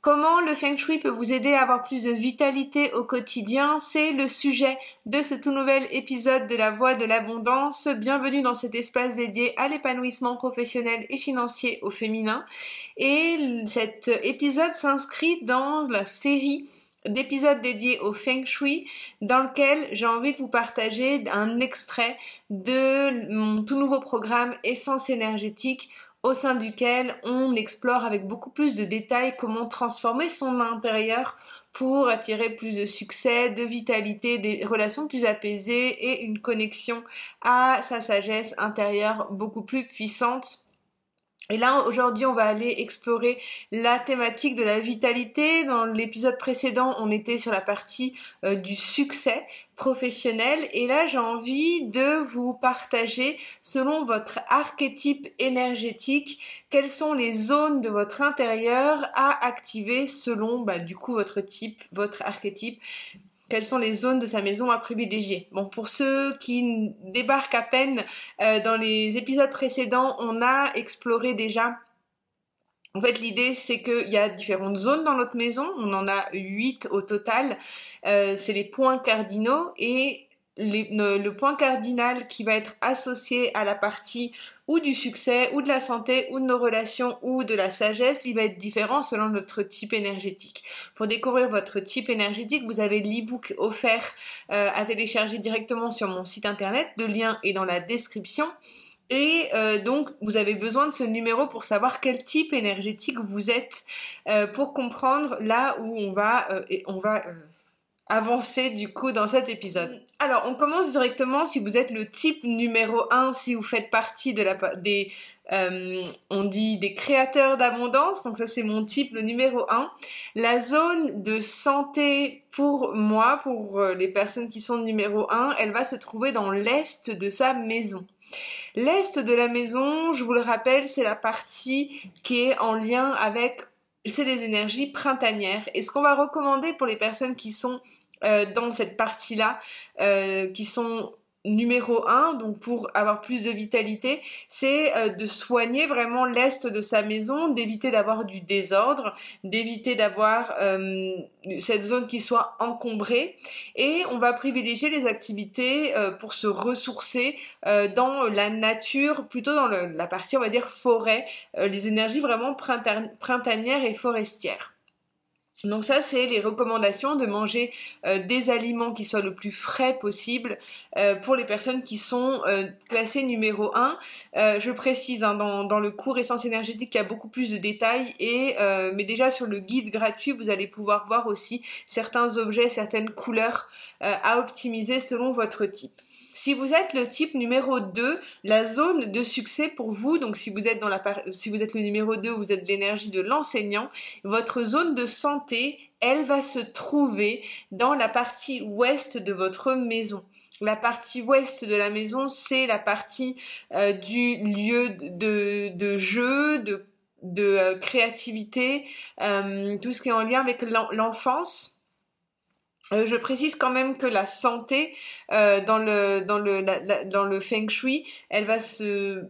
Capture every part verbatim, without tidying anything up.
Comment le Feng Shui peut vous aider à avoir plus de vitalité au quotidien? C'est le sujet de ce tout nouvel épisode de La Voie de l'Abondance. Bienvenue dans cet espace dédié à l'épanouissement professionnel et financier au féminin. Et cet épisode s'inscrit dans la série d'épisodes dédiés au Feng Shui dans lequel j'ai envie de vous partager un extrait de mon tout nouveau programme Essence énergétique, au sein duquel on explore avec beaucoup plus de détails comment transformer son intérieur pour attirer plus de succès, de vitalité, des relations plus apaisées et une connexion à sa sagesse intérieure beaucoup plus puissante. Et là, aujourd'hui, on va aller explorer la thématique de la vitalité. Dans l'épisode précédent, on était sur la partie euh, du succès professionnel. Et là, j'ai envie de vous partager, selon votre archétype énergétique, quelles sont les zones de votre intérieur à activer selon, bah, du coup, votre type, votre archétype. Quelles sont les zones de sa maison à privilégier. Bon, pour ceux qui débarquent à peine, euh, dans les épisodes précédents, on a exploré déjà. En fait, l'idée, c'est qu'il y a différentes zones dans notre maison. On en a huit au total. Euh, c'est les points cardinaux et les, le, le point cardinal qui va être associé à la partie ou du succès, ou de la santé, ou de nos relations, ou de la sagesse, il va être différent selon notre type énergétique. Pour découvrir votre type énergétique, vous avez l'e-book offert euh, à télécharger directement sur mon site internet. Le lien est dans la description. Et euh, donc, vous avez besoin de ce numéro pour savoir quel type énergétique vous êtes, euh, pour comprendre là où on va, euh, et on va euh, avancer du coup dans cet épisode. Alors, on commence directement si vous êtes le type numéro un, si vous faites partie de la des euh, on dit des créateurs d'abondance. Donc ça, c'est mon type, le numéro un. La zone de santé pour moi, pour les personnes qui sont numéro un, elle va se trouver dans l'est de sa maison. L'est de la maison, je vous le rappelle, c'est la partie qui est en lien avec, c'est les énergies printanières. Et ce qu'on va recommander pour les personnes qui sont euh, dans cette partie-là, euh, qui sont numéro un, donc pour avoir plus de vitalité, c'est euh, de soigner vraiment l'est de sa maison, d'éviter d'avoir du désordre, d'éviter d'avoir euh, cette zone qui soit encombrée, et on va privilégier les activités euh, pour se ressourcer euh, dans la nature, plutôt dans le, la partie on va dire forêt, euh, les énergies vraiment printa- printanières et forestières. Donc ça, c'est les recommandations de manger euh, des aliments qui soient le plus frais possible euh, pour les personnes qui sont euh, classées numéro un. Euh, je précise, hein, dans, dans le cours Essence énergétique, il y a beaucoup plus de détails, et euh, mais déjà sur le guide gratuit, vous allez pouvoir voir aussi certains objets, certaines couleurs euh, à optimiser selon votre type. Si vous êtes le type numéro deux, la zone de succès pour vous, donc si vous êtes dans la par- si vous êtes le numéro deux, vous êtes l'énergie de l'enseignant, votre zone de santé, elle va se trouver dans la partie ouest de votre maison. La partie ouest de la maison, c'est la partie euh, du lieu de, de jeu, de, de euh, créativité, euh, tout ce qui est en lien avec l'en- l'enfance. Euh, je précise quand même que la santé euh, dans le dans le la, la, dans le Feng Shui, elle va se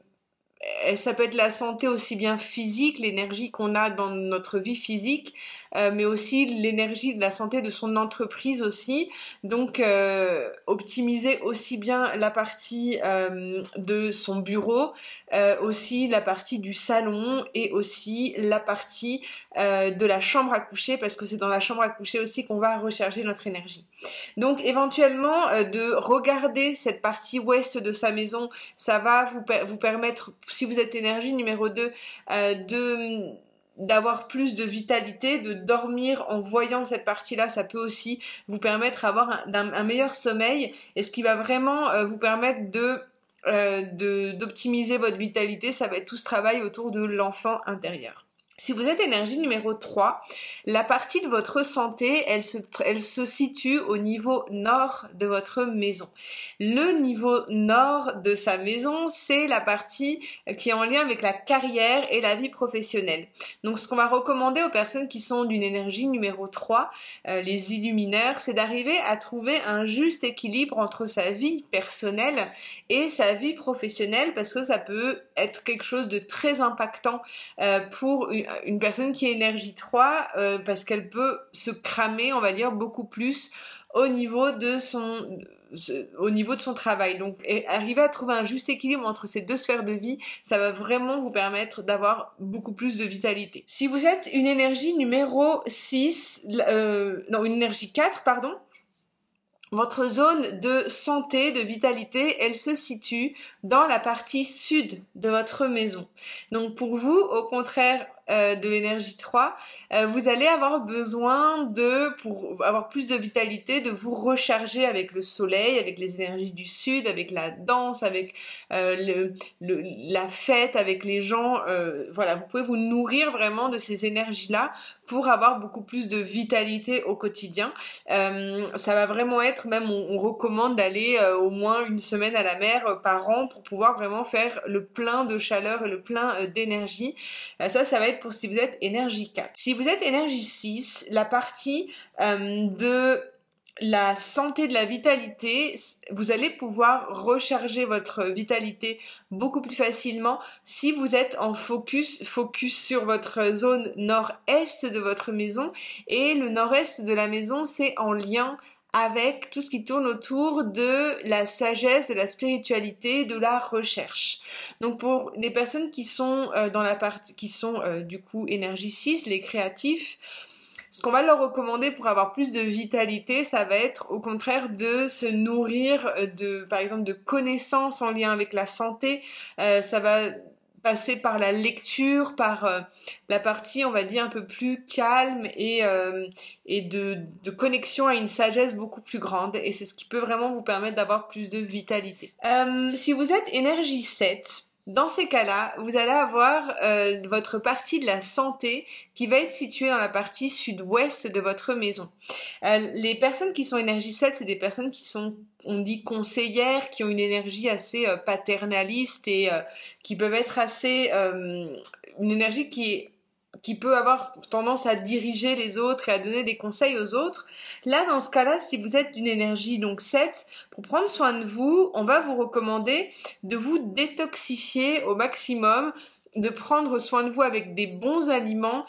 ça peut être la santé aussi bien physique, l'énergie qu'on a dans notre vie physique, euh, mais aussi l'énergie de la santé de son entreprise aussi. Donc euh, optimiser aussi bien la partie euh, de son bureau, euh, aussi la partie du salon, et aussi la partie euh, de la chambre à coucher, parce que c'est dans la chambre à coucher aussi qu'on va recharger notre énergie. Donc éventuellement euh, de regarder cette partie ouest de sa maison, ça va vous, per- vous permettre, si vous êtes énergie numéro deux, euh, de d'avoir plus de vitalité, de dormir en voyant cette partie-là, ça peut aussi vous permettre d'avoir un, un, un meilleur sommeil, et ce qui va vraiment euh, vous permettre de, euh, de d'optimiser votre vitalité, ça va être tout ce travail autour de l'enfant intérieur. Si vous êtes énergie numéro trois, la partie de votre santé, elle se, elle se situe au niveau nord de votre maison. Le niveau nord de sa maison, c'est la partie qui est en lien avec la carrière et la vie professionnelle. Donc ce qu'on va recommander aux personnes qui sont d'une énergie numéro trois, euh, les illuminaires, c'est d'arriver à trouver un juste équilibre entre sa vie personnelle et sa vie professionnelle, parce que ça peut être quelque chose de très impactant euh, pour une une personne qui est énergie trois euh, parce qu'elle peut se cramer, on va dire, beaucoup plus au niveau de son au niveau de son travail. Donc arriver à trouver un juste équilibre entre ces deux sphères de vie, ça va vraiment vous permettre d'avoir beaucoup plus de vitalité. Si vous êtes une énergie numéro six, euh, non une énergie quatre pardon, votre zone de santé, de vitalité, elle se situe dans la partie sud de votre maison. Donc pour vous, au contraire euh, de l'énergie trois, euh, vous allez avoir besoin de, pour avoir plus de vitalité, de vous recharger avec le soleil, avec les énergies du sud, avec la danse, avec euh, le, le, la fête, avec les gens. Euh, voilà, vous pouvez vous nourrir vraiment de ces énergies-là pour avoir beaucoup plus de vitalité au quotidien. Euh, ça va vraiment être, même on, on recommande d'aller euh, au moins une semaine à la mer euh, par an pour pouvoir vraiment faire le plein de chaleur et le plein euh, d'énergie. Euh, ça, ça va être pour si vous êtes énergie quatre. Si vous êtes énergie six, la partie euh, de la santé, de la vitalité, vous allez pouvoir recharger votre vitalité beaucoup plus facilement si vous êtes en focus, focus sur votre zone nord-est de votre maison. Et le nord-est de la maison, c'est en lien avec tout ce qui tourne autour de la sagesse, de la spiritualité, de la recherche. Donc pour les personnes qui sont euh, dans la partie, qui sont euh, du coup énergie six, les créatifs, ce qu'on va leur recommander pour avoir plus de vitalité, ça va être au contraire de se nourrir de, par exemple, de connaissances en lien avec la santé. Euh, ça va passer par la lecture, par euh, la partie, on va dire, un peu plus calme et, euh, et de, de connexion à une sagesse beaucoup plus grande. Et c'est ce qui peut vraiment vous permettre d'avoir plus de vitalité. Euh, si vous êtes énergie sept, dans ces cas-là, vous allez avoir euh, votre partie de la santé qui va être située dans la partie sud-ouest de votre maison. Euh, les personnes qui sont énergie sept, c'est des personnes qui sont, on dit, conseillères, qui ont une énergie assez euh, paternaliste et euh, qui peuvent être assez... Euh, une énergie qui est qui peut avoir tendance à diriger les autres et à donner des conseils aux autres. Là, dans ce cas-là, si vous êtes d'une énergie donc sept, pour prendre soin de vous, on va vous recommander de vous détoxifier au maximum, de prendre soin de vous avec des bons aliments,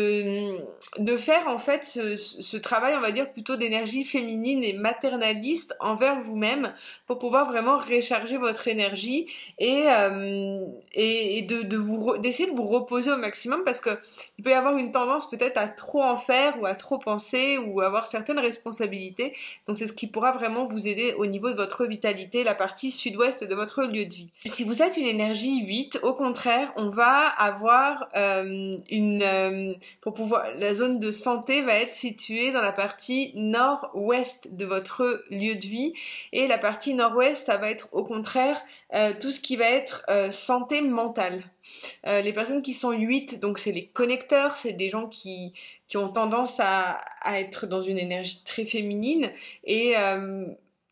de, de faire en fait ce, ce travail, on va dire, plutôt d'énergie féminine et maternaliste envers vous-même pour pouvoir vraiment recharger votre énergie et, euh, et, et de, de vous, d'essayer de vous reposer au maximum parce que il peut y avoir une tendance peut-être à trop en faire ou à trop penser ou avoir certaines responsabilités. Donc c'est ce qui pourra vraiment vous aider au niveau de votre vitalité, la partie sud-ouest de votre lieu de vie. Si vous êtes une énergie huit, au contraire, on va avoir euh, une euh, pour pouvoir la zone de santé va être située dans la partie nord-ouest de votre lieu de vie et la partie nord-ouest ça va être au contraire euh, tout ce qui va être euh, santé mentale. Euh, les personnes qui sont huit, donc c'est les connecteurs, c'est des gens qui qui ont tendance à, à être dans une énergie très féminine et euh,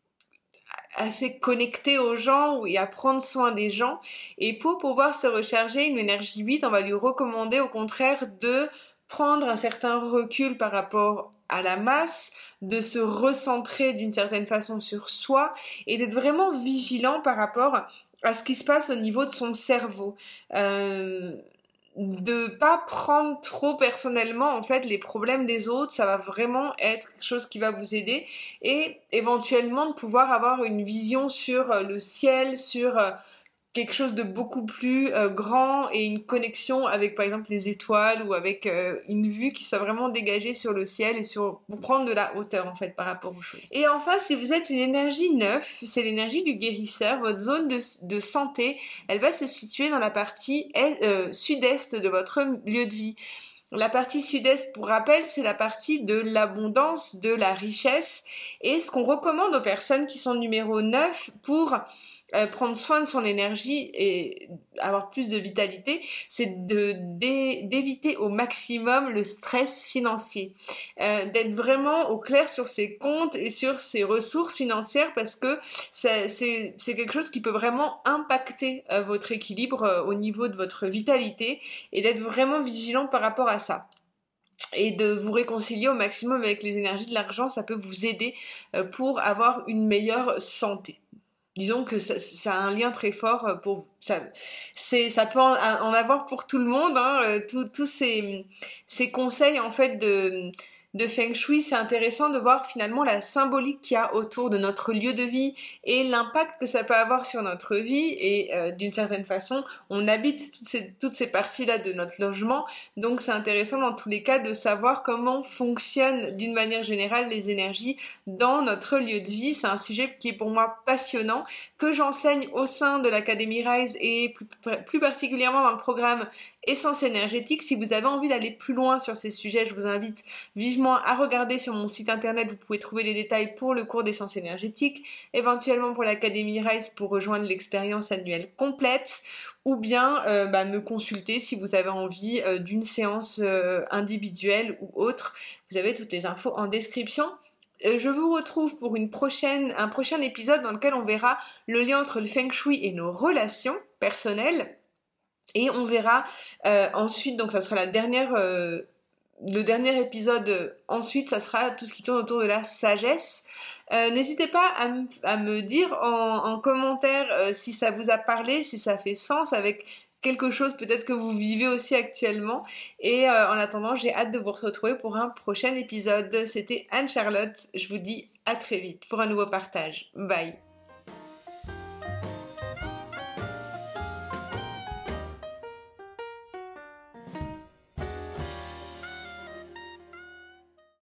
assez connecté aux gens et à prendre soin des gens. Et pour pouvoir se recharger, une énergie huit, on va lui recommander au contraire de prendre un certain recul par rapport à la masse, de se recentrer d'une certaine façon sur soi et d'être vraiment vigilant par rapport à ce qui se passe au niveau de son cerveau. Euh, de pas prendre trop personnellement en fait les problèmes des autres, ça va vraiment être quelque chose qui va vous aider et éventuellement de pouvoir avoir une vision sur euh, le ciel, sur euh, quelque chose de beaucoup plus euh, grand et une connexion avec par exemple les étoiles ou avec euh, une vue qui soit vraiment dégagée sur le ciel et sur pour prendre de la hauteur en fait par rapport aux choses. Et enfin, si vous êtes une énergie neuf, c'est l'énergie du guérisseur, votre zone de, de santé, elle va se situer dans la partie est, euh, sud-est de votre lieu de vie. La partie sud-est, pour rappel, c'est la partie de l'abondance, de la richesse et ce qu'on recommande aux personnes qui sont numéro neuf pour Euh, prendre soin de son énergie et avoir plus de vitalité, c'est de, d'é, d'éviter au maximum le stress financier, euh, d'être vraiment au clair sur ses comptes et sur ses ressources financières parce que c'est, c'est, c'est quelque chose qui peut vraiment impacter euh, votre équilibre euh, au niveau de votre vitalité et d'être vraiment vigilant par rapport à ça. Et de vous réconcilier au maximum avec les énergies de l'argent, ça peut vous aider euh, pour avoir une meilleure santé. disons que ça, ça a un lien très fort pour vous. Ça, c'est, ça peut en, en avoir pour tout le monde, hein, tous ces, ces conseils en fait de... de Feng Shui, c'est intéressant de voir finalement la symbolique qu'il y a autour de notre lieu de vie et l'impact que ça peut avoir sur notre vie et euh, d'une certaine façon, on habite toutes ces, toutes ces parties-là de notre logement, donc c'est intéressant dans tous les cas de savoir comment fonctionnent d'une manière générale les énergies dans notre lieu de vie. C'est un sujet qui est pour moi passionnant, que j'enseigne au sein de l'Académie Rise et plus, plus particulièrement dans le programme Essence énergétique. Si vous avez envie d'aller plus loin sur ces sujets, je vous invite vivement à regarder sur mon site internet, vous pouvez trouver les détails pour le cours d'essence énergétique, éventuellement pour l'Académie Rise pour rejoindre l'expérience annuelle complète, ou bien euh, bah, me consulter si vous avez envie euh, d'une séance euh, individuelle ou autre. Vous avez toutes les infos en description. Je vous retrouve pour une prochaine, un prochain épisode dans lequel on verra le lien entre le Feng Shui et nos relations personnelles. Et on verra euh, ensuite, donc ça sera la dernière, euh, le dernier épisode, euh, ensuite ça sera tout ce qui tourne autour de la sagesse. Euh, n'hésitez pas à, m- à me dire en, en commentaire euh, si ça vous a parlé, si ça fait sens avec quelque chose peut-être que vous vivez aussi actuellement. Et euh, en attendant, j'ai hâte de vous retrouver pour un prochain épisode. C'était Anne-Charlotte, je vous dis à très vite pour un nouveau partage. Bye.